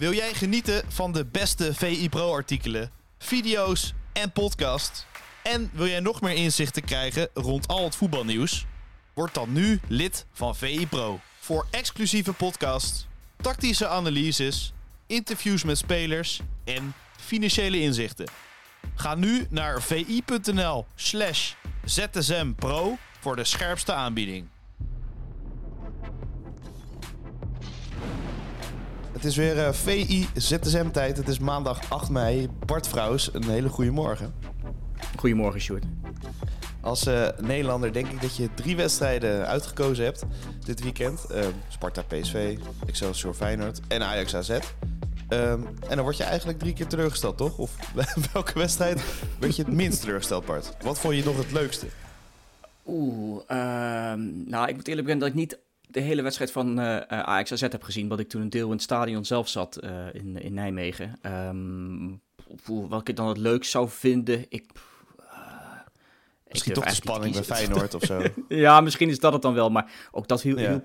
Wil jij genieten van de beste VI Pro-artikelen, video's en podcasts? En wil jij nog meer inzichten krijgen rond al het voetbalnieuws? Word dan nu lid van VI Pro. Voor exclusieve podcasts, tactische analyses, interviews met spelers en financiële inzichten. Ga nu naar vi.nl/ZSMPro voor de scherpste aanbieding. Het is weer VI ZSM-tijd. Het is maandag 8 mei. Bart Vrouws, een hele goede morgen. Goedemorgen, Sjoerd. Als Nederlander denk ik dat je 3 wedstrijden uitgekozen hebt dit weekend. Sparta PSV, Excelsior Feyenoord en Ajax AZ. En dan word je eigenlijk 3 keer teleurgesteld, toch? Of welke wedstrijd werd je het minst teleurgesteld, Bart? Wat vond je nog het leukste? Nou, ik moet eerlijk bekennen dat ik niet de hele wedstrijd van Ajax AZ heb gezien, wat ik toen een deel in het stadion zelf zat in Nijmegen. Wat ik dan het leukst zou vinden, Misschien toch de spanning bij Feyenoord of zo. Ja, misschien is dat het dan wel, maar ook dat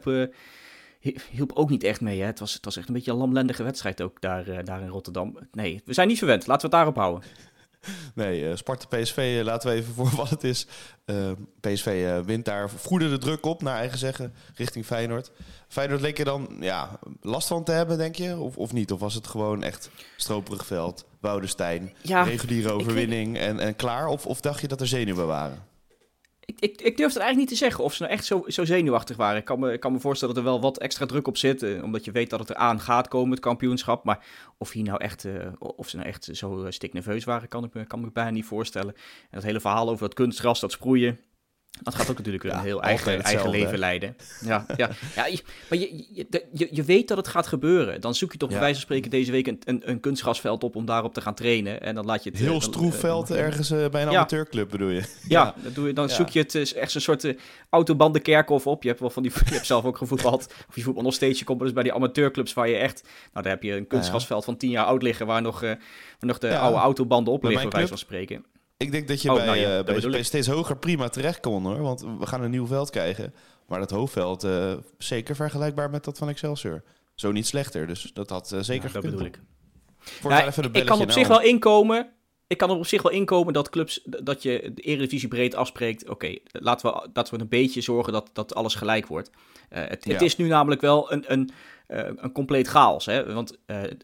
hielp ook niet echt mee. Hè? Het was echt een beetje een lamlendige wedstrijd ook daar in Rotterdam. Nee, we zijn niet verwend. Laten we het daarop houden. Nee, Sparta PSV, laten we even voor wat het is. PSV wint daar, voerde de druk op, naar eigen zeggen, richting Feyenoord. Feyenoord leek er dan last van te hebben, denk je? Of niet? Of was het gewoon echt stroperig veld, Woudenstein, reguliere overwinning en klaar? Of dacht je dat er zenuwen waren? Ik durf het eigenlijk niet te zeggen of ze nou echt zo zenuwachtig waren. Ik kan me voorstellen dat er wel wat extra druk op zit, omdat je weet dat het eraan gaat komen, het kampioenschap. Maar of ze nou echt zo stiknerveus waren, kan ik me bijna niet voorstellen. En dat hele verhaal over dat kunstgras, dat sproeien, dat gaat ook natuurlijk een heel eigen leven leiden. Maar je weet dat het gaat gebeuren. Dan zoek je toch bij wijze van spreken deze week een kunstgrasveld op om daarop te gaan trainen. En dan laat je het heel stroef veld ergens bij een amateurclub, bedoel je? Dat doe je. Dan zoek je het echt zo'n soort autobandenkerkhof op. Je hebt wel je hebt zelf ook gevoetbald. Of je voetbal nog steeds. Je komt dus bij die amateurclubs waar je echt, nou daar heb je een kunstgrasveld van 10 jaar oud liggen waar nog de oude autobanden op liggen, bij wijze van spreken. Ik denk dat je bij steeds hoger prima terecht kon, hoor. Want we gaan een nieuw veld krijgen. Maar dat hoofdveld, zeker vergelijkbaar met dat van Excelsior. Zo niet slechter, dus dat had zeker gekund. Dat bedoel ik. Ik kan op zich wel inkomen. Ik kan er op zich wel inkomen dat clubs, dat je de Eredivisie breed afspreekt. Oké, laten we een beetje zorgen dat alles gelijk wordt. Het is nu namelijk wel een compleet chaos. Hè? Want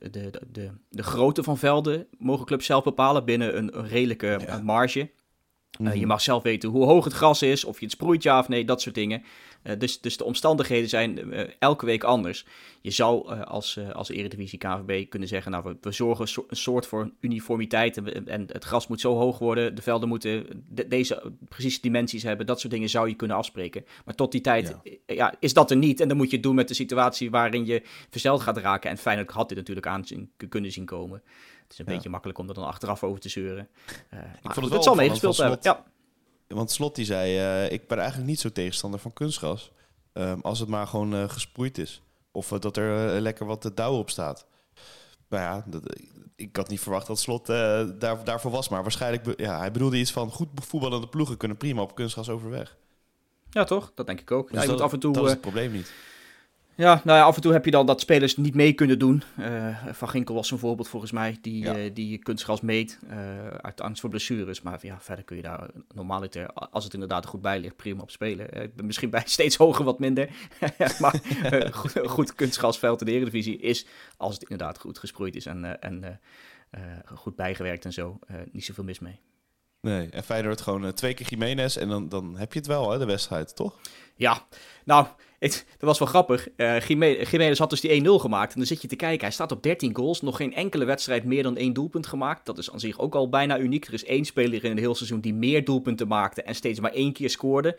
de grootte van velden mogen clubs zelf bepalen binnen een redelijke marge. Je mag zelf weten hoe hoog het gras is, of je het sproeit ja of nee, dat soort dingen. Dus de omstandigheden zijn elke week anders. Je zou als Eredivisie KNVB kunnen zeggen, nou, we zorgen een soort voor uniformiteit en het gras moet zo hoog worden, de velden moeten deze precieze dimensies hebben, dat soort dingen zou je kunnen afspreken. Maar tot die tijd is dat er niet en dan moet je het doen met de situatie waarin je verzeild gaat raken. En Feyenoord had dit natuurlijk kunnen zien komen. Het is een beetje makkelijk om er dan achteraf over te zeuren. Ik vond het zal meegespeeld hebben. Ja. Want Slot die zei, ik ben eigenlijk niet zo tegenstander van kunstgras. Als het maar gewoon gesproeid is. Of dat er lekker wat dauw op staat. Nou ja, ik had niet verwacht dat Slot daarvoor was. Maar waarschijnlijk, hij bedoelde iets van goed voetballende ploegen kunnen prima op kunstgras overweg. Ja, toch? Dat denk ik ook. Dus je moet af en toe, dat is het probleem niet. Ja, af en toe heb je dan dat spelers niet mee kunnen doen. Van Ginkel was een voorbeeld volgens mij, die kunstgras meet uit angst voor blessures. Maar verder kun je daar normaliter, als het inderdaad goed bij ligt, prima op spelen. Misschien bij steeds hoger wat minder. Maar goed kunstgrasveld in de Eredivisie is, als het inderdaad goed gesproeid is en goed bijgewerkt en zo, niet zoveel mis mee. Nee, en Feyenoord gewoon 2 keer Jiménez en dan heb je het wel, hè, de wedstrijd, toch? Ja, nou, dat was wel grappig. Jiménez had dus die 1-0 gemaakt en dan zit je te kijken. Hij staat op 13 goals, nog geen enkele wedstrijd meer dan 1 doelpunt gemaakt. Dat is aan zich ook al bijna uniek. Er is 1 speler in het hele seizoen die meer doelpunten maakte en steeds maar 1 keer scoorde.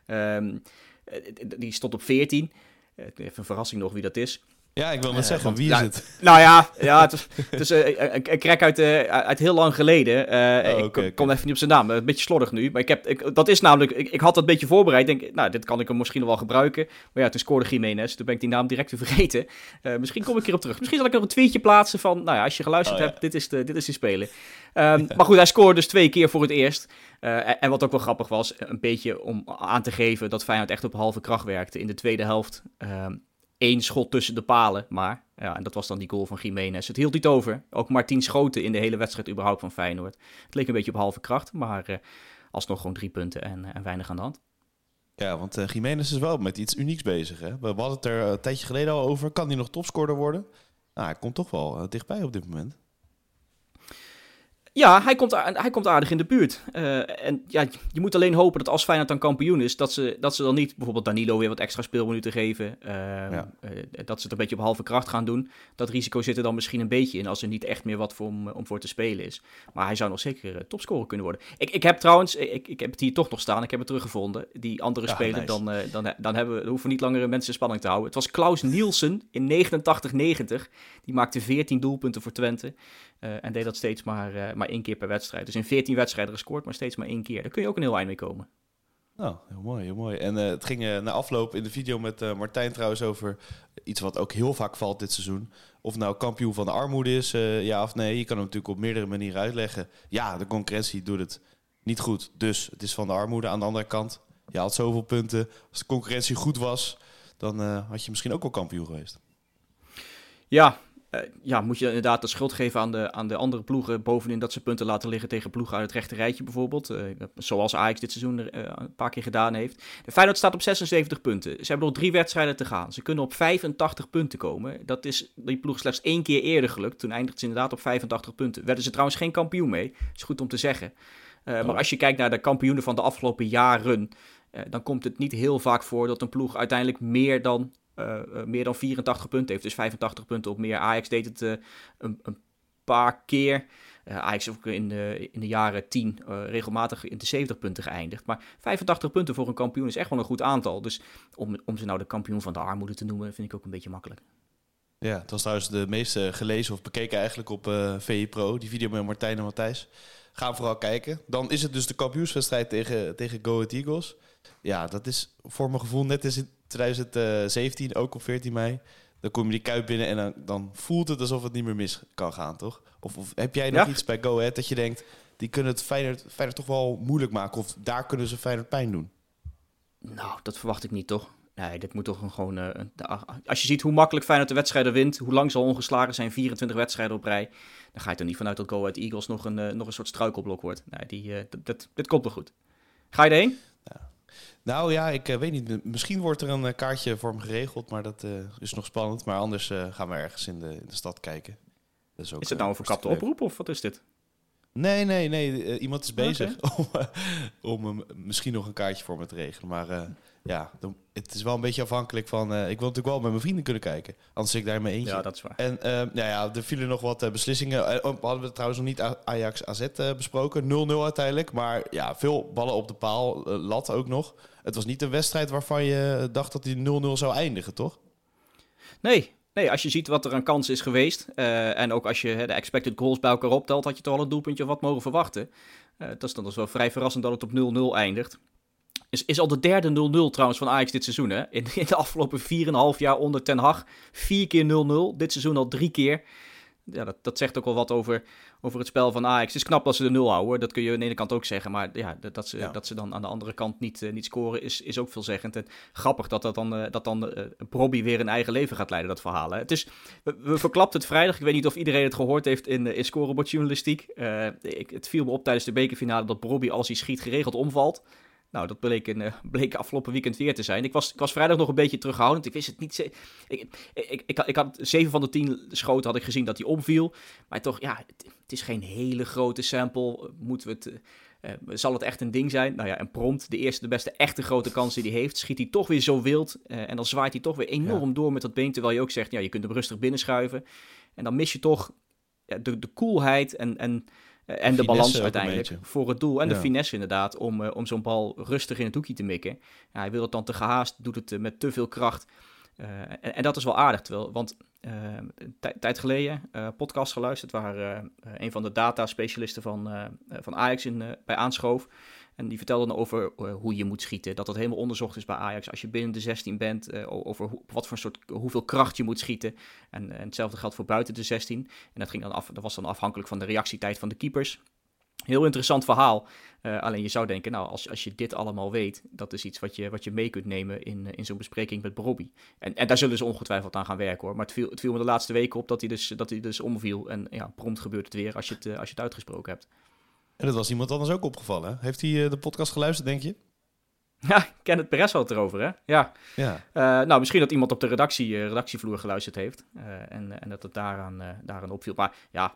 Die stond op 14. Even een verrassing nog wie dat is. Ja, ik wil net zeggen, wie is het? Nou ja, het is een crack uit heel lang geleden. Ik kom even niet op zijn naam, een beetje slordig nu. Maar ik had dat een beetje voorbereid. Denk, nou, dit kan ik hem misschien nog wel gebruiken. Maar ja, toen scoorde Jiménez. Toen ben ik die naam direct weer vergeten. Misschien kom ik hierop terug. Misschien zal ik nog een tweetje plaatsen van, nou ja, als je geluisterd hebt, dit is die speler. Maar goed, hij scoorde dus 2 keer voor het eerst. En wat ook wel grappig was, een beetje om aan te geven dat Feyenoord echt op halve kracht werkte in de tweede helft. 1 schot tussen de palen. Maar, ja, en dat was dan die goal van Giménez. Het hield niet over. Ook maar 10 schoten in de hele wedstrijd überhaupt van Feyenoord. Het leek een beetje op halve kracht, maar alsnog gewoon 3 punten en weinig aan de hand. Ja, want Giménez is wel met iets unieks bezig. Hè? We hadden het er een tijdje geleden al over. Kan hij nog topscorer worden? Nou, hij komt toch wel dichtbij op dit moment. Ja, hij komt aardig in de buurt. En ja, je moet alleen hopen dat als Feyenoord dan kampioen is, dat ze dan niet bijvoorbeeld Danilo weer wat extra speelminuten geven. Dat ze het een beetje op halve kracht gaan doen. Dat risico zit er dan misschien een beetje in als er niet echt meer wat om voor te spelen is. Maar hij zou nog zeker topscorer kunnen worden. Ik heb trouwens, ik heb het hier toch nog staan, ik heb het teruggevonden. Die andere speler, nice. dan hoeven we niet langer mensen in spanning te houden. Het was Klaus Nielsen in 89-90. Die maakte 14 doelpunten voor Twente. En deed dat steeds maar 1 keer per wedstrijd. Dus in 14 wedstrijden gescoord, maar steeds maar 1 keer. Daar kun je ook een heel eind mee komen. Nou, heel mooi, heel mooi. En het ging na afloop in de video met Martijn trouwens over iets wat ook heel vaak valt dit seizoen. Of nou kampioen van de armoede is, ja of nee. Je kan hem natuurlijk op meerdere manieren uitleggen. Ja, de concurrentie doet het niet goed, dus het is van de armoede. Aan de andere kant, je had zoveel punten. Als de concurrentie goed was, dan had je misschien ook wel kampioen geweest. Ja, moet je inderdaad de schuld geven aan de andere ploegen bovenin dat ze punten laten liggen tegen ploegen uit het rechte rijtje bijvoorbeeld. Zoals Ajax dit seizoen een paar keer gedaan heeft. De Feyenoord staat op 76 punten. Ze hebben nog 3 wedstrijden te gaan. Ze kunnen op 85 punten komen. Dat is die ploeg slechts 1 keer eerder gelukt. Toen eindigde ze inderdaad op 85 punten. Werden ze trouwens geen kampioen mee. Is goed om te zeggen. Maar als je kijkt naar de kampioenen van de afgelopen jaren, dan komt het niet heel vaak voor dat een ploeg uiteindelijk meer dan 84 punten heeft. Dus 85 punten op meer. Ajax deed het een paar keer. Ajax is ook in de jaren 10 regelmatig in de 70 punten geëindigd. Maar 85 punten voor een kampioen is echt wel een goed aantal. Dus om ze nou de kampioen van de armoede te noemen, vind ik ook een beetje makkelijk. Ja, het was trouwens de meest gelezen of bekeken eigenlijk op VI Pro. Die video met Martijn en Matthijs. Ga vooral kijken. Dan is het dus de kampioenswedstrijd tegen Go Ahead Eagles. Ja, dat is voor mijn gevoel net als in 2017, ook op 14 mei. Dan kom je die Kuip binnen en dan voelt het alsof het niet meer mis kan gaan, toch? Of heb jij nog iets bij Go Ahead dat je denkt, die kunnen het Feyenoord toch wel moeilijk maken? Of daar kunnen ze Feyenoord pijn doen? Nou, dat verwacht ik niet, toch? Nee, dit moet toch gewoon... als je ziet hoe makkelijk Feyenoord de wedstrijden wint, hoe lang ze al ongeslagen zijn, 24 wedstrijden op rij, dan ga je er niet vanuit dat Go Ahead Eagles nog een soort struikelblok wordt. Nee, dit komt wel goed. Ga je erheen? Ja. Nou ja, ik weet niet. Misschien wordt er een kaartje voor hem geregeld, maar dat is nog spannend. Maar anders gaan we ergens in de stad kijken. Is het nou een verkapte oproep of wat is dit? Nee. Iemand is bezig om misschien nog een kaartje voor me te regelen. Maar het is wel een beetje afhankelijk van... ik wil natuurlijk wel met mijn vrienden kunnen kijken. Anders zit ik daar in mijn eentje. Ja, dat is waar. En er vielen nog wat beslissingen. Hadden we trouwens nog niet Ajax-AZ besproken. 0-0 uiteindelijk. Maar ja, veel ballen op de paal. Lat ook nog. Het was niet een wedstrijd waarvan je dacht dat die 0-0 zou eindigen, toch? Nee, als je ziet wat er aan kansen is geweest... en ook als je de expected goals bij elkaar optelt... had je toch al een doelpuntje of wat mogen verwachten. Dat is dan dus wel vrij verrassend dat het op 0-0 eindigt. Is al de derde 0-0 trouwens van Ajax dit seizoen. Hè? In de afgelopen 4,5 jaar onder Ten Hag. 4 keer 0-0. Dit seizoen al 3 keer. Ja, dat zegt ook wel wat over het spel van Ajax. Het is knap dat ze de 0 houden. Dat kun je aan de ene kant ook zeggen. Maar ja, dat ze dan aan de andere kant niet scoren is ook veelzeggend. En grappig dat dan Brobby weer een eigen leven gaat leiden, dat verhaal. Hè? Het is, we verklapten het vrijdag. Ik weet niet of iedereen het gehoord heeft in scorebordjournalistiek. Het viel me op tijdens de bekerfinale dat Brobby als hij schiet geregeld omvalt. Nou, dat bleek afgelopen weekend weer te zijn. Ik was vrijdag nog een beetje terughoudend. Ik wist het niet. Ik had 7 van de 10 schoten had ik gezien dat hij omviel. Maar toch, ja, het is geen hele grote sample. Zal het echt een ding zijn? Nou ja, en prompt, de beste echte grote kans die hij heeft, schiet hij toch weer zo wild. En dan zwaait hij toch weer enorm door met dat been. Terwijl je ook zegt, ja, je kunt hem rustig binnenschuiven. En dan mis je toch de coolheid en de balans uiteindelijk voor het doel. En de finesse inderdaad om zo'n bal rustig in het hoekje te mikken. Ja, hij wil het dan te gehaast, doet het met te veel kracht. En dat is wel aardig. Want een tijd geleden podcast geluisterd waar een van de data-specialisten van Ajax bij aanschoof. En die vertelde dan over hoe je moet schieten. Dat helemaal onderzocht is bij Ajax. Als je binnen de 16 bent, over hoeveel kracht je moet schieten. En hetzelfde geldt voor buiten de 16. En dat was dan afhankelijk van de reactietijd van de keepers. Heel interessant verhaal. Alleen je zou denken, nou, als je dit allemaal weet, dat is iets wat je mee kunt nemen in zo'n bespreking met Bobby. En daar zullen ze ongetwijfeld aan gaan werken, hoor. Maar het viel me de laatste weken op dat hij dus omviel. En ja, prompt gebeurt het weer als je het uitgesproken hebt. En dat was iemand anders ook opgevallen, hè? Heeft hij de podcast geluisterd, denk je? Ja, Kenneth Perez had het erover, hè? Ja. Nou, misschien dat iemand op de redactievloer geluisterd heeft. En dat het daaraan opviel. Maar ja,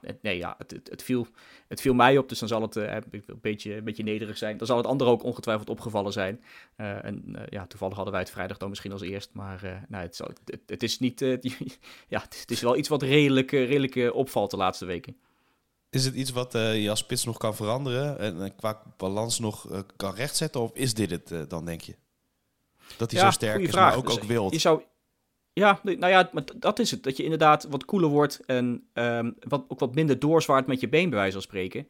het viel mij op, dus dan zal het een beetje nederig zijn. Dan zal het anderen ook ongetwijfeld opgevallen zijn. Toevallig hadden wij het vrijdag dan misschien als eerst. Maar het is niet... het is wel iets wat redelijk opvalt de laatste weken. Is het iets wat je als spits nog kan veranderen en qua balans nog kan rechtzetten? Of is dit het dan, denk je? Dat hij zo sterk is, maar ook wild. Maar dat is het. Dat je inderdaad wat koeler wordt en wat minder doorzwaart met je been, bij wijze van spreken.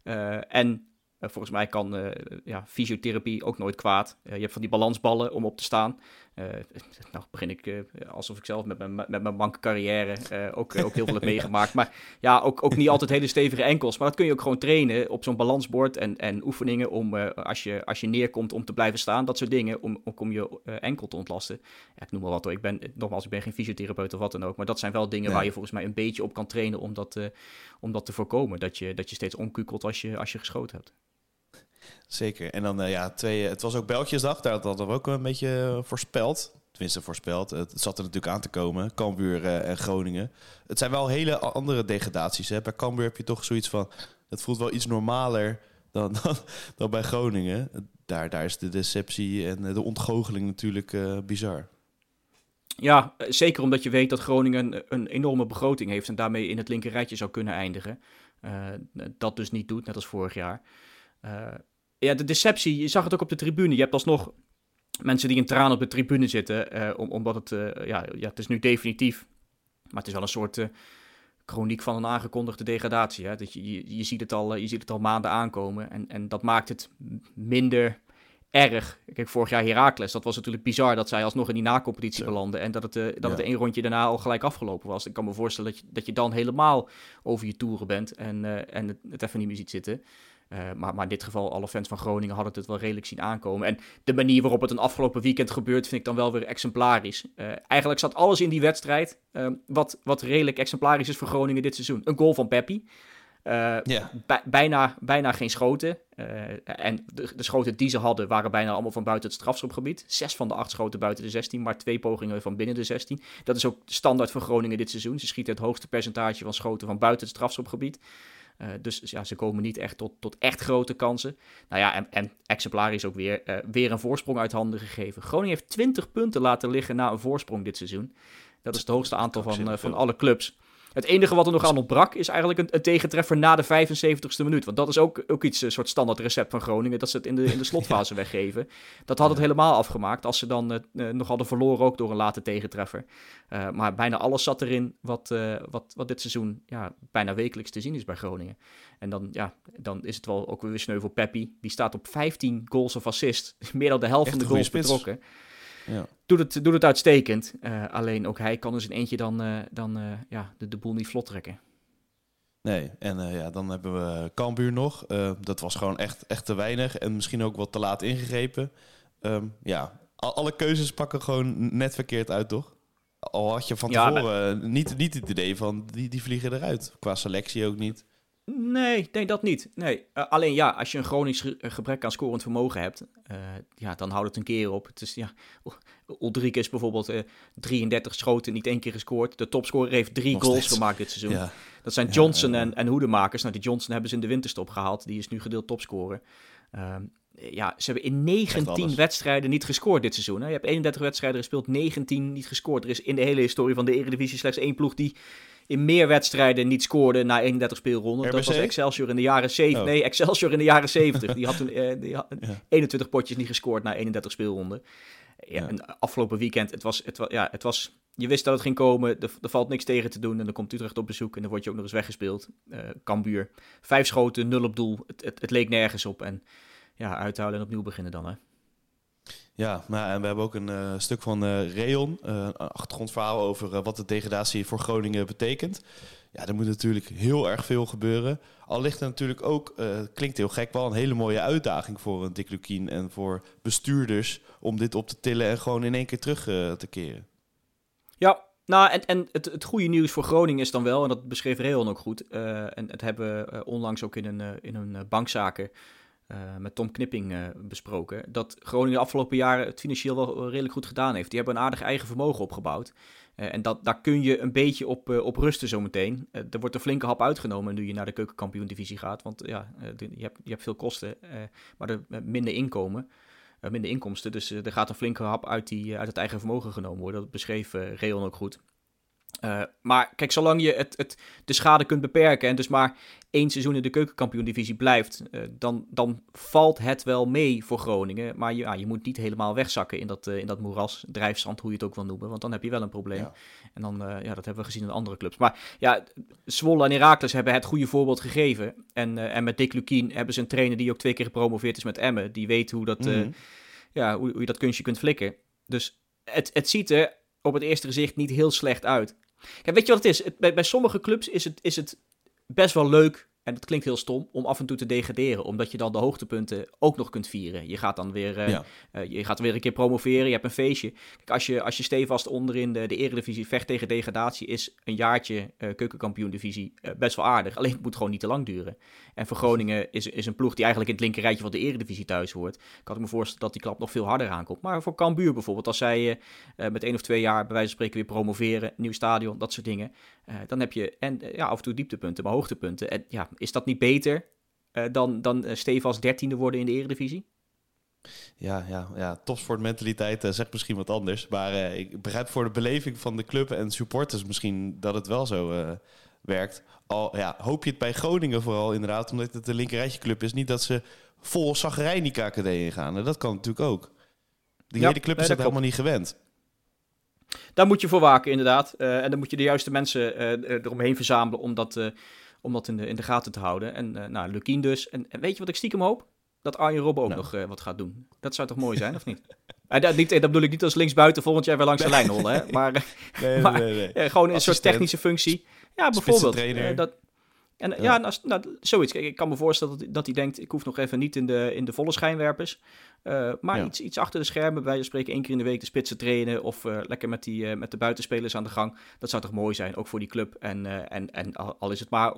Volgens mij kan fysiotherapie ook nooit kwaad. Je hebt van die balansballen om op te staan. Nou begin ik alsof ik zelf met mijn banke carrière ook heel veel heb meegemaakt. Maar ja, ook niet altijd hele stevige enkels. Maar dat kun je ook gewoon trainen op zo'n balansbord en oefeningen om als je neerkomt om te blijven staan. Dat soort dingen om je enkel te ontlasten. Ja, ik noem maar wat hoor. Ik ben geen fysiotherapeut of wat dan ook. Maar dat zijn wel dingen waar je volgens mij een beetje op kan trainen om dat te voorkomen. Dat je steeds omkukelt als je geschoten hebt. Zeker. En dan het was ook Bijltjesdag. Daar hadden we ook een beetje voorspeld. Tenminste voorspeld. Het zat er natuurlijk aan te komen. Cambuur en Groningen. Het zijn wel hele andere degradaties. Hè? Bij Cambuur heb je toch zoiets van... Het voelt wel iets normaler dan bij Groningen. Daar is de deceptie en de ontgoocheling natuurlijk bizar. Ja, zeker omdat je weet dat Groningen een enorme begroting heeft... en daarmee in het linkerrijtje zou kunnen eindigen. Dat dus niet doet, net als vorig jaar. De deceptie, je zag het ook op de tribune. Je hebt alsnog mensen die in tranen op de tribune zitten, omdat het is nu definitief. Maar het is wel een soort chroniek van een aangekondigde degradatie. Hè? Dat je ziet het al maanden aankomen en dat maakt het minder erg. Kijk, vorig jaar Heracles, dat was natuurlijk bizar dat zij alsnog in die na-competitie belanden en dat het één rondje daarna al gelijk afgelopen was. Ik kan me voorstellen dat je dan helemaal over je toeren bent en het even niet meer ziet zitten. Maar in dit geval, alle fans van Groningen hadden het wel redelijk zien aankomen. En de manier waarop het een afgelopen weekend gebeurt, vind ik dan wel weer exemplarisch. Eigenlijk zat alles in die wedstrijd wat redelijk exemplarisch is voor Groningen dit seizoen. Een goal van Peppi. Bijna geen schoten. En de schoten die ze hadden waren bijna allemaal van buiten het strafschopgebied. 6 van de 8 schoten buiten de 16, maar 2 pogingen van binnen de 16. Dat is ook standaard voor Groningen dit seizoen. Ze schieten het hoogste percentage van schoten van buiten het strafschopgebied. Dus ja, ze komen niet echt tot echt grote kansen. Nou ja, en exemplarisch ook weer een voorsprong uit handen gegeven. Groningen heeft 20 punten laten liggen na een voorsprong dit seizoen. Dat is het hoogste aantal van alle clubs. Het enige wat er nog aan ontbrak is eigenlijk een tegentreffer na de 75ste minuut. Want dat is ook iets, een soort standaard recept van Groningen, dat ze het in de slotfase weggeven. Dat had het helemaal afgemaakt als ze dan nog hadden verloren ook door een late tegentreffer. Maar bijna alles zat erin wat dit seizoen bijna wekelijks te zien is bij Groningen. En dan is het wel ook weer sneu voor Peppi. Die staat op 15 goals of assists. Meer dan de helft van de goals betrokken. Ja. Doet het uitstekend. Alleen ook hij kan dus in eentje de boel niet vlot trekken. Nee, en dan hebben we Cambuur nog. Dat was gewoon echt te weinig en misschien ook wat te laat ingegrepen. Alle keuzes pakken gewoon net verkeerd uit, toch? Al had je van tevoren niet het idee van die vliegen eruit. Qua selectie ook niet. Nee, dat niet. Nee. Alleen als je een chronisch gebrek aan scorend vermogen hebt, dan houdt het een keer op. Het is, Ulrike is bijvoorbeeld 33 schoten, niet 1 keer gescoord. De topscorer heeft 3 goals gemaakt dit seizoen. Ja. Dat zijn Johnson en Hoedemakers. Nou, die Johnson hebben ze in de winterstop gehaald. Die is nu gedeeld topscorer. Ze hebben in 19 wedstrijden niet gescoord dit seizoen. Hè? Je hebt 31 wedstrijden gespeeld, 19 niet gescoord. Er is in de hele historie van de Eredivisie slechts 1 ploeg die in meer wedstrijden niet scoorde na 31 speelronden. Dat was Excelsior in de jaren 70. Nee, Excelsior in de jaren 70. Die had toen 21 potjes niet gescoord na 31 speelronden. En afgelopen weekend, het was, je wist dat het ging komen. Er valt niks tegen te doen en dan komt Utrecht op bezoek en dan word je ook nog eens weggespeeld. Cambuur, 5 schoten, 0 op doel. Het leek nergens op en uithouden en opnieuw beginnen dan, hè. Ja, en we hebben ook een stuk van Reon, een achtergrondverhaal over wat de degradatie voor Groningen betekent. Ja, er moet natuurlijk heel erg veel gebeuren. Al ligt er natuurlijk ook, klinkt heel gek, wel een hele mooie uitdaging voor een Dick Lukkien en voor bestuurders om dit op te tillen en gewoon in één keer terug te keren. Ja, nou en het goede nieuws voor Groningen is dan wel, en dat beschreef Reon ook goed, en het hebben we onlangs ook in een bankzaken met Tom Knipping besproken, dat Groningen de afgelopen jaren het financieel wel redelijk goed gedaan heeft. Die hebben een aardig eigen vermogen opgebouwd. En daar kun je een beetje op rusten zometeen. Er wordt een flinke hap uitgenomen nu je naar de keukenkampioen-divisie gaat. Want je hebt veel kosten, maar minder inkomsten. Dus er gaat een flinke hap uit het eigen vermogen genomen worden. Dat beschreef Reon ook goed. Maar kijk, zolang je de schade kunt beperken en dus maar 1 seizoen in de keukenkampioen-divisie blijft, dan valt het wel mee voor Groningen. Maar je moet niet helemaal wegzakken in dat moeras, drijfzand, hoe je het ook wil noemen, want dan heb je wel een probleem. Ja. En dan, dat hebben we gezien in andere clubs. Maar ja, Zwolle en Heracles hebben het goede voorbeeld gegeven. En met Dick Lukkien hebben ze een trainer die ook 2 keer gepromoveerd is met Emmen. Die weet hoe je dat kunstje kunt flikken. Dus het ziet er op het eerste gezicht niet heel slecht uit. Kijk, weet je wat het is? Bij sommige clubs is het best wel leuk, en dat klinkt heel stom, om af en toe te degraderen. Omdat je dan de hoogtepunten ook nog kunt vieren. Je gaat dan weer, een keer promoveren, je hebt een feestje. Kijk, als je stevast onderin de Eredivisie vecht tegen degradatie, is een jaartje keukenkampioen-divisie best wel aardig. Alleen het moet gewoon niet te lang duren. En voor Groningen is een ploeg die eigenlijk in het linkerrijtje van de Eredivisie thuis hoort. Kan ik me voorstellen dat die klap nog veel harder aankomt. Maar voor Cambuur bijvoorbeeld, als zij met 1 of 2 jaar bij wijze van spreken weer promoveren, nieuw stadion, dat soort dingen. Dan heb je af en toe dieptepunten, maar hoogtepunten. En ja, is dat niet beter dan stevast 13e worden in de Eredivisie? Ja, topsportmentaliteit zegt misschien wat anders. Maar ik begrijp voor de beleving van de club en supporters misschien dat het wel zo werkt. Al hoop je het bij Groningen vooral inderdaad, omdat het een linkerrijtje-club is, niet dat ze vol zagerij in die KKD ingaan. En dat kan natuurlijk ook. Die hele club is dat helemaal niet gewend. Daar moet je voor waken, inderdaad. En dan moet je de juiste mensen eromheen verzamelen om dat in de gaten te houden. En Lukkien dus. En weet je wat ik stiekem hoop? Dat Arjen Robben ook nog wat gaat doen. Dat zou toch mooi zijn, of niet? Dat bedoel ik niet als linksbuiten volgend jaar weer langs de lijn rollen. Hè? Maar, nee. Gewoon een soort technische functie. Ja, bijvoorbeeld. Zoiets. Kijk, ik kan me voorstellen dat hij denkt, ik hoef nog even niet in de volle schijnwerpers. Maar iets achter de schermen, bij je spreken 1 keer in de week de spitsen trainen of lekker met de buitenspelers aan de gang. Dat zou toch mooi zijn, ook voor die club. En al is het maar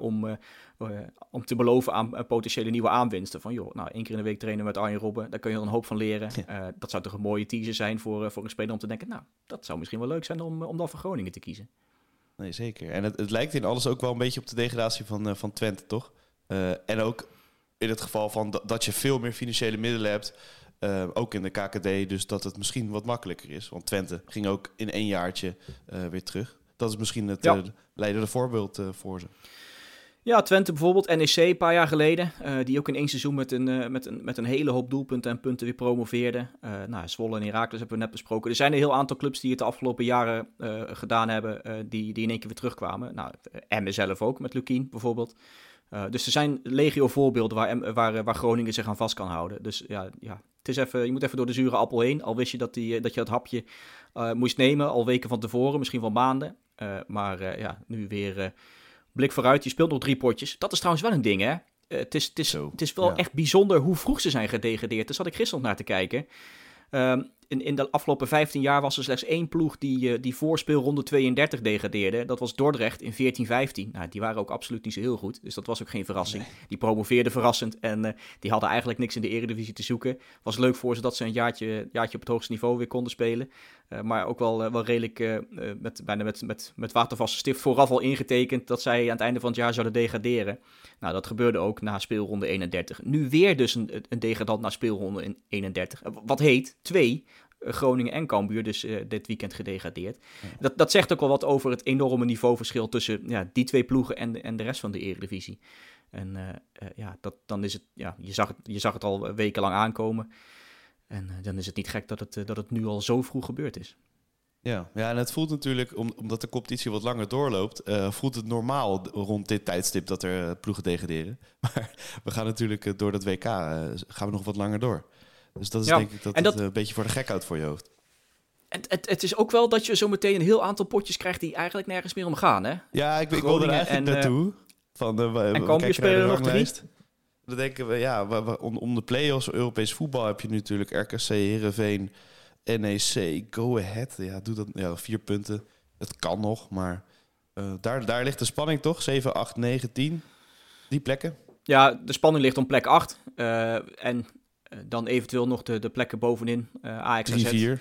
om te beloven aan potentiële nieuwe aanwinsten. Van 1 keer in de week trainen met Arjen Robben, daar kun je er een hoop van leren. Dat zou toch een mooie teaser zijn voor een speler om te denken, dat zou misschien wel leuk zijn om dan voor Groningen te kiezen. Nee, zeker. En het lijkt in alles ook wel een beetje op de degradatie van Twente, toch? En ook in het geval van dat je veel meer financiële middelen hebt, ook in de KKD, dus dat het misschien wat makkelijker is. Want Twente ging ook in 1 jaartje weer terug. Dat is misschien het leidende voorbeeld voor ze. Ja, Twente bijvoorbeeld, NEC een paar jaar geleden, die ook in 1 seizoen met een hele hoop doelpunten en punten weer promoveerden. Zwolle en Heracles hebben we net besproken. Er zijn een heel aantal clubs die het de afgelopen jaren gedaan hebben, die in 1 keer weer terugkwamen. Emmen zelf ook, met Lukkien bijvoorbeeld. Dus er zijn legio voorbeelden waar Groningen zich aan vast kan houden. Dus het is je moet even door de zure appel heen. Al wist je dat je dat hapje moest nemen, al weken van tevoren, misschien wel maanden. Nu weer blik vooruit. Je speelt nog 3 potjes. Dat is trouwens wel een ding, hè? Het is wel echt bijzonder hoe vroeg ze zijn gedegradeerd. Daar zat ik gisteren nog naar te kijken. In de afgelopen 15 jaar was er slechts 1 ploeg die voor speelronde 32 degradeerde. Dat was Dordrecht in 14-15. Die waren ook absoluut niet zo heel goed, dus dat was ook geen verrassing. Nee. Die promoveerden verrassend en die hadden eigenlijk niks in de Eredivisie te zoeken. Was leuk voor ze dat ze een jaartje op het hoogste niveau weer konden spelen. Maar ook wel redelijk met watervaste stift vooraf al ingetekend dat zij aan het einde van het jaar zouden degraderen. Dat gebeurde ook na speelronde 31. Nu weer dus een degradant na speelronde 31. Wat heet 2... Groningen en Cambuur, dus dit weekend gedegradeerd. Ja. Dat zegt ook wel wat over het enorme niveauverschil tussen die 2 ploegen en de rest van de Eredivisie. En dan is het, je zag het al wekenlang aankomen. En dan is het niet gek dat het nu al zo vroeg gebeurd is. Ja, en het voelt natuurlijk, omdat de competitie wat langer doorloopt, voelt het normaal rond dit tijdstip dat er ploegen degraderen. Maar we gaan natuurlijk door dat WK, gaan we nog wat langer door. Dus dat is denk ik dat het een beetje voor de gek houdt voor je hoofd. Het is ook wel dat je zo meteen een heel aantal potjes krijgt die eigenlijk nergens meer om gaan, hè? Ja, ik wil er eigenlijk naartoe. En Cambuur spelen nog 3. Dan denken we, om de play-offs Europees voetbal heb je natuurlijk RKC, Heerenveen, NEC, Go Ahead. Ja, doe dat. Ja, 4 punten. Het kan nog, maar daar ligt de spanning toch? 7, 8, 9, 10. Die plekken. Ja, de spanning ligt om plek 8. En dan eventueel nog de plekken bovenin. Ajax, 3, 4.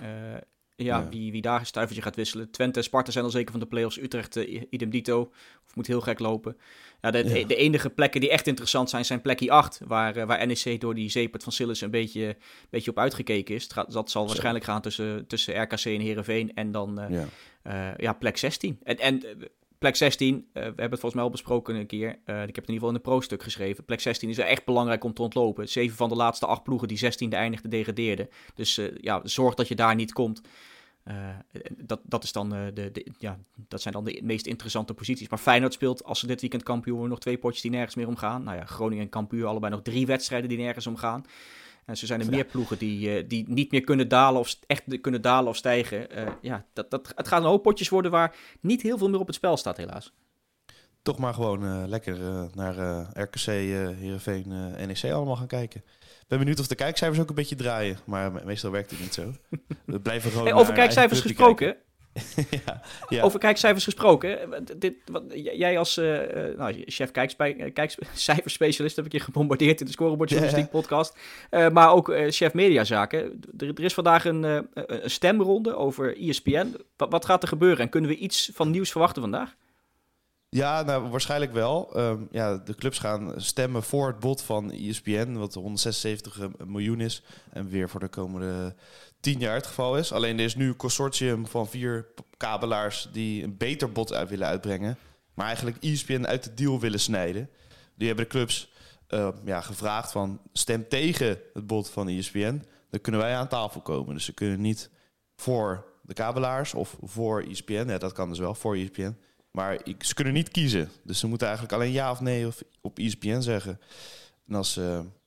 Wie daar een stuivertje gaat wisselen. Twente en Sparta zijn al zeker van de play-offs. Utrecht, idem dito. Of moet heel gek lopen. Ja, de enige plekken die echt interessant zijn plekje 8. Waar NEC door die zeepert van Sillis een beetje op uitgekeken is. Dat zal waarschijnlijk gaan tussen RKC en Heerenveen. En dan plek 16. En plek 16, we hebben het volgens mij al besproken een keer. Ik heb het in ieder geval in een pro-stuk geschreven. Plek 16 is echt belangrijk om te ontlopen. 7 van de laatste 8 ploegen die 16e eindigden degradeerden. Dus zorg dat je daar niet komt. Dat is dan dat zijn dan de meest interessante posities. Maar Feyenoord speelt, als ze dit weekend kampioen worden, nog 2 potjes die nergens meer omgaan. Nou ja, Groningen en Cambuur allebei nog 3 wedstrijden die nergens omgaan. En zo zijn er meer ploegen die niet meer kunnen dalen of echt kunnen dalen of stijgen. Het gaat een hoop potjes worden waar niet heel veel meer op het spel staat, helaas. Toch maar gewoon lekker naar RKC, Heerenveen, NEC allemaal gaan kijken. Ik ben benieuwd of de kijkcijfers ook een beetje draaien. Maar meestal werkt het niet zo. We blijven gewoon over kijkcijfers gesproken. Ja. Over kijkcijfers gesproken. Jij als chef kijkcijferspecialist heb ik je gebombardeerd in de Scorebordjournalistiek podcast. Maar ook chef mediazaken. Er is vandaag een stemronde over ESPN. Wat gaat er gebeuren? En kunnen we iets van nieuws verwachten vandaag? Ja, nou, waarschijnlijk wel. De clubs gaan stemmen voor het bod van ESPN, wat 176 miljoen is. En weer voor de komende 10 jaar het geval is. Alleen er is nu een consortium van 4 kabelaars die een beter bod uit willen uitbrengen. Maar eigenlijk ESPN uit de deal willen snijden. Die hebben de clubs gevraagd van stem tegen het bod van ESPN. Dan kunnen wij aan tafel komen. Dus ze kunnen niet voor de kabelaars of voor ESPN. Ja, dat kan dus wel, voor ESPN. Maar ze kunnen niet kiezen. Dus ze moeten eigenlijk alleen ja of nee op ESPN zeggen. En als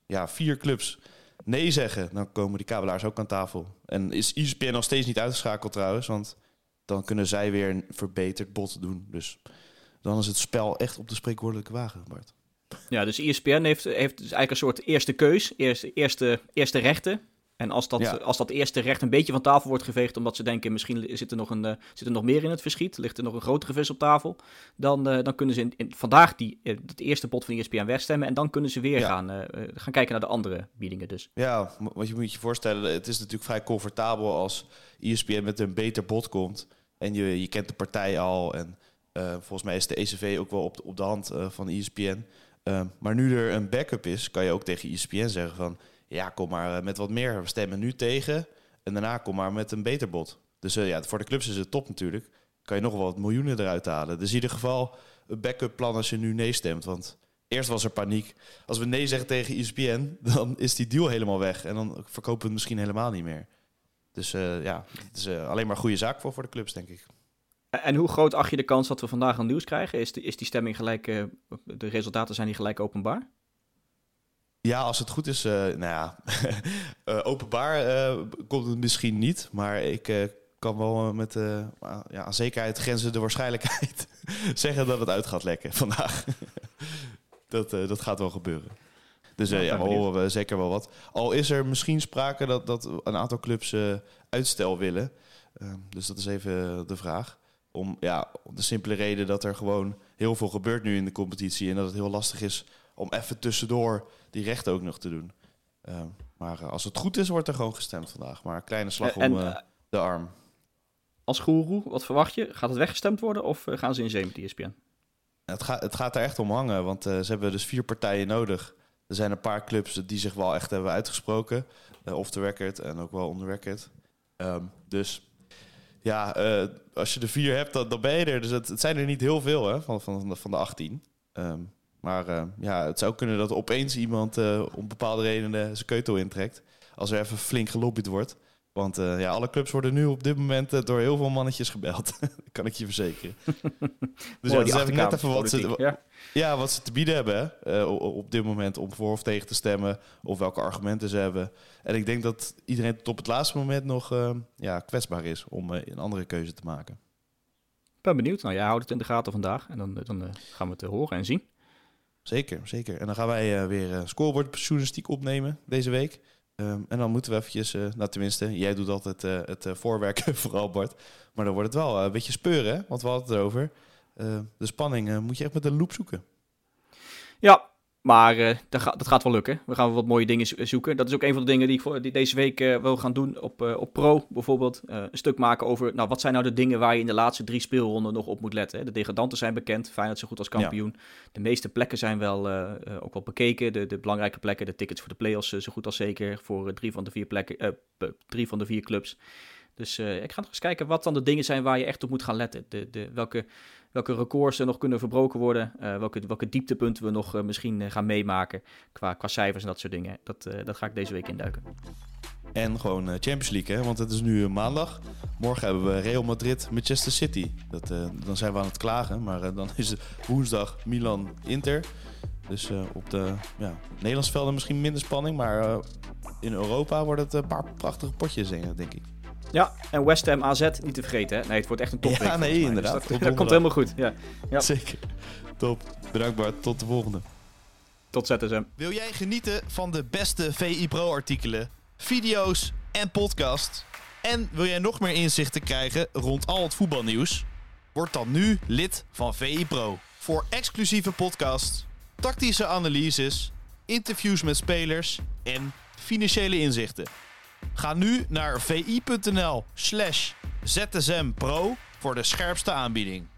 4 clubs nee zeggen, dan komen die kabelaars ook aan tafel. En is ESPN nog steeds niet uitgeschakeld trouwens, want dan kunnen zij weer een verbeterd bod doen. Dus dan is het spel echt op de spreekwoordelijke wagen, Bart. Ja, dus ESPN heeft dus eigenlijk een soort eerste keus, eerste rechten. En als dat eerste recht een beetje van tafel wordt geveegd, omdat ze denken misschien zit er nog meer in het verschiet, ligt er nog een grotere vis op tafel, dan kunnen ze vandaag het eerste bod van ESPN wegstemmen en dan kunnen ze weer gaan kijken naar de andere biedingen dus. Ja, want je moet je voorstellen, het is natuurlijk vrij comfortabel als ESPN met een beter bod komt en je kent de partij al en volgens mij is de ECV ook wel op de hand van ESPN. Maar nu er een backup is, kan je ook tegen ESPN zeggen van ja, kom maar met wat meer. We stemmen nu tegen en daarna kom maar met een beter bod. Dus voor de clubs is het top natuurlijk. Kan je nog wel wat miljoenen eruit halen. Dus in ieder geval een backup plan als je nu nee stemt. Want eerst was er paniek. Als we nee zeggen tegen ESPN, dan is die deal helemaal weg. En dan verkopen we het misschien helemaal niet meer. Dus het is alleen maar goede zaak voor de clubs, denk ik. En hoe groot acht je de kans dat we vandaag een nieuws krijgen? Is die stemming gelijk, de resultaten zijn die gelijk openbaar? Ja, als het goed is, openbaar komt het misschien niet. Maar ik kan wel met aan zekerheid grenzen de waarschijnlijkheid zeggen dat het uit gaat lekken vandaag. Dat gaat wel gebeuren. Dus we horen zeker wel wat. Al is er misschien sprake dat een aantal clubs uitstel willen. Dus dat is even de vraag. Om de simpele reden dat er gewoon heel veel gebeurt nu in de competitie. En dat het heel lastig is om even tussendoor die rechten ook nog te doen. Maar als het goed is, wordt er gewoon gestemd vandaag. Maar een kleine slag om de arm. Als goeroe, wat verwacht je? Gaat het weggestemd worden of gaan ze in zee met ESPN? Het gaat er echt om hangen, want ze hebben dus 4 partijen nodig. Er zijn een paar clubs die zich wel echt hebben uitgesproken. Off the record en ook wel on the record. Als je de 4 hebt, dan ben je er. Dus het zijn er niet heel veel hè, van de 18. Maar het zou kunnen dat opeens iemand om bepaalde redenen zijn keutel intrekt. Als er even flink gelobbyd wordt. Want alle clubs worden nu op dit moment door heel veel mannetjes gebeld. Dat kan ik je verzekeren. Dus dat is net even wat ze te bieden hebben op dit moment om voor of tegen te stemmen. Of welke argumenten ze hebben. En ik denk dat iedereen tot op het laatste moment nog kwetsbaar is om een andere keuze te maken. Ik ben benieuwd. Nou, jij houdt het in de gaten vandaag. En dan gaan we het horen en zien. Zeker. En dan gaan wij weer scorebordjournalistiek opnemen deze week. En dan moeten we eventjes, tenminste, jij doet altijd het voorwerk vooral, Bart. Maar dan wordt het wel een beetje speuren, hè? Want we hadden het erover. De spanning moet je echt met een loep zoeken. Ja, maar dat gaat wel lukken. We gaan wel wat mooie dingen zoeken. Dat is ook een van de dingen die deze week wil gaan doen op Pro bijvoorbeeld. Een stuk maken over, wat zijn nou de dingen waar je in de laatste 3 speelronden nog op moet letten. Hè? De degradanten zijn bekend, Feyenoord zo goed als kampioen. Ja. De meeste plekken zijn ook wel bekeken. De belangrijke plekken, de tickets voor de play-offs zo goed als zeker. Voor 3 van de 4 clubs. Dus ik ga nog eens kijken wat dan de dingen zijn waar je echt op moet gaan letten. Welke records er nog kunnen verbroken worden. Welke dieptepunten we nog misschien gaan meemaken. Qua cijfers en dat soort dingen. Dat ga ik deze week induiken. En gewoon Champions League, hè? Want het is nu maandag. Morgen hebben we Real Madrid, Manchester City. Dan zijn we aan het klagen. Maar dan is het woensdag Milan-Inter. Dus op de Nederlandse velden misschien minder spanning. Maar in Europa wordt het een paar prachtige potjes, denk ik. Ja, en West Ham AZ niet te vergeten. Hè? Nee, het wordt echt een topweek. Ja, nee, inderdaad. Dus dat komt helemaal goed. Ja. Zeker. Top. Bedankt Bart. Tot de volgende. Tot ZSM. Wil jij genieten van de beste VI Pro artikelen, video's en podcast? En wil jij nog meer inzichten krijgen rond al het voetbalnieuws? Word dan nu lid van VI Pro. Voor exclusieve podcasts, tactische analyses, interviews met spelers en financiële inzichten. Ga nu naar vi.nl/ZSMPro voor de scherpste aanbieding.